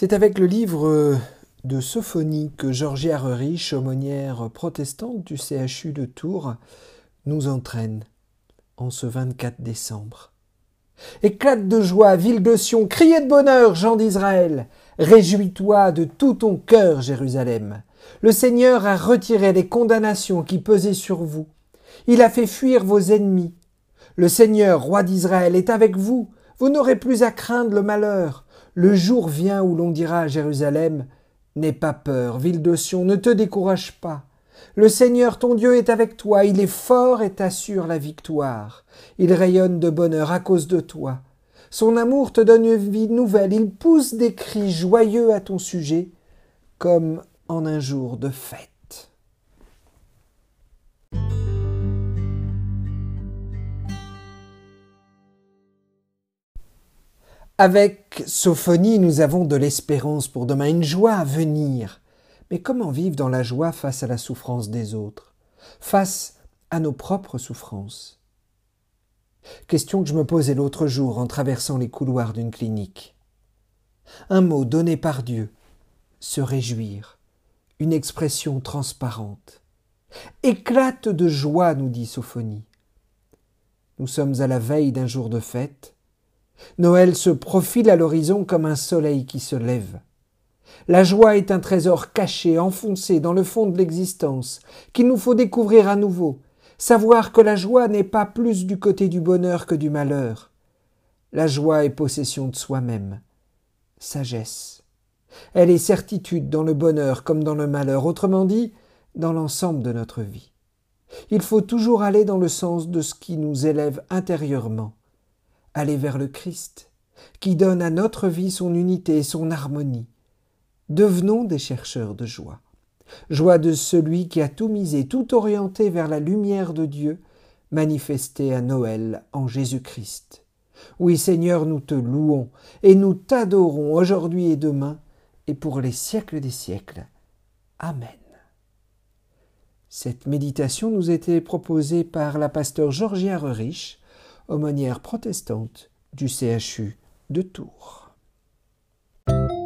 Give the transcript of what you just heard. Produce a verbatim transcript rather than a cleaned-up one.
C'est avec le livre de Sophonie que Georgie Arerich, aumônière protestante du C H U de Tours, nous entraîne en ce vingt-quatre décembre. Éclate de joie, ville de Sion, criez de bonheur, gens d'Israël. Réjouis-toi de tout ton cœur, Jérusalem. Le Seigneur a retiré les condamnations qui pesaient sur vous. Il a fait fuir vos ennemis. Le Seigneur, roi d'Israël, est avec vous. Vous n'aurez plus à craindre le malheur. Le jour vient où l'on dira à Jérusalem « N'aie pas peur, ville de Sion, ne te décourage pas. Le Seigneur ton Dieu est avec toi, il est fort et t'assure la victoire. Il rayonne de bonheur à cause de toi. Son amour te donne une vie nouvelle, il pousse des cris joyeux à ton sujet, comme en un jour de fête. » Avec Sophonie, nous avons de l'espérance pour demain, une joie à venir. Mais comment vivre dans la joie face à la souffrance des autres, face à nos propres souffrances? Question que je me posais l'autre jour en traversant les couloirs d'une clinique. Un mot donné par Dieu, se réjouir, une expression transparente. Éclate de joie, nous dit Sophonie. Nous sommes à la veille d'un jour de fête. Noël se profile à l'horizon comme un soleil qui se lève. La joie est un trésor caché, enfoncé dans le fond de l'existence, qu'il nous faut découvrir à nouveau, savoir que la joie n'est pas plus du côté du bonheur que du malheur. La joie est possession de soi-même, sagesse. Elle est certitude dans le bonheur comme dans le malheur, autrement dit, dans l'ensemble de notre vie. Il faut toujours aller dans le sens de ce qui nous élève intérieurement, aller vers le Christ, qui donne à notre vie son unité et son harmonie. Devenons des chercheurs de joie. Joie de celui qui a tout misé, tout orienté vers la lumière de Dieu, manifestée à Noël en Jésus-Christ. Oui, Seigneur, nous te louons et nous t'adorons aujourd'hui et demain et pour les siècles des siècles. Amen. Cette méditation nous était proposée par la pasteure Georgie Arerich, aumônière protestante du C H U de Tours.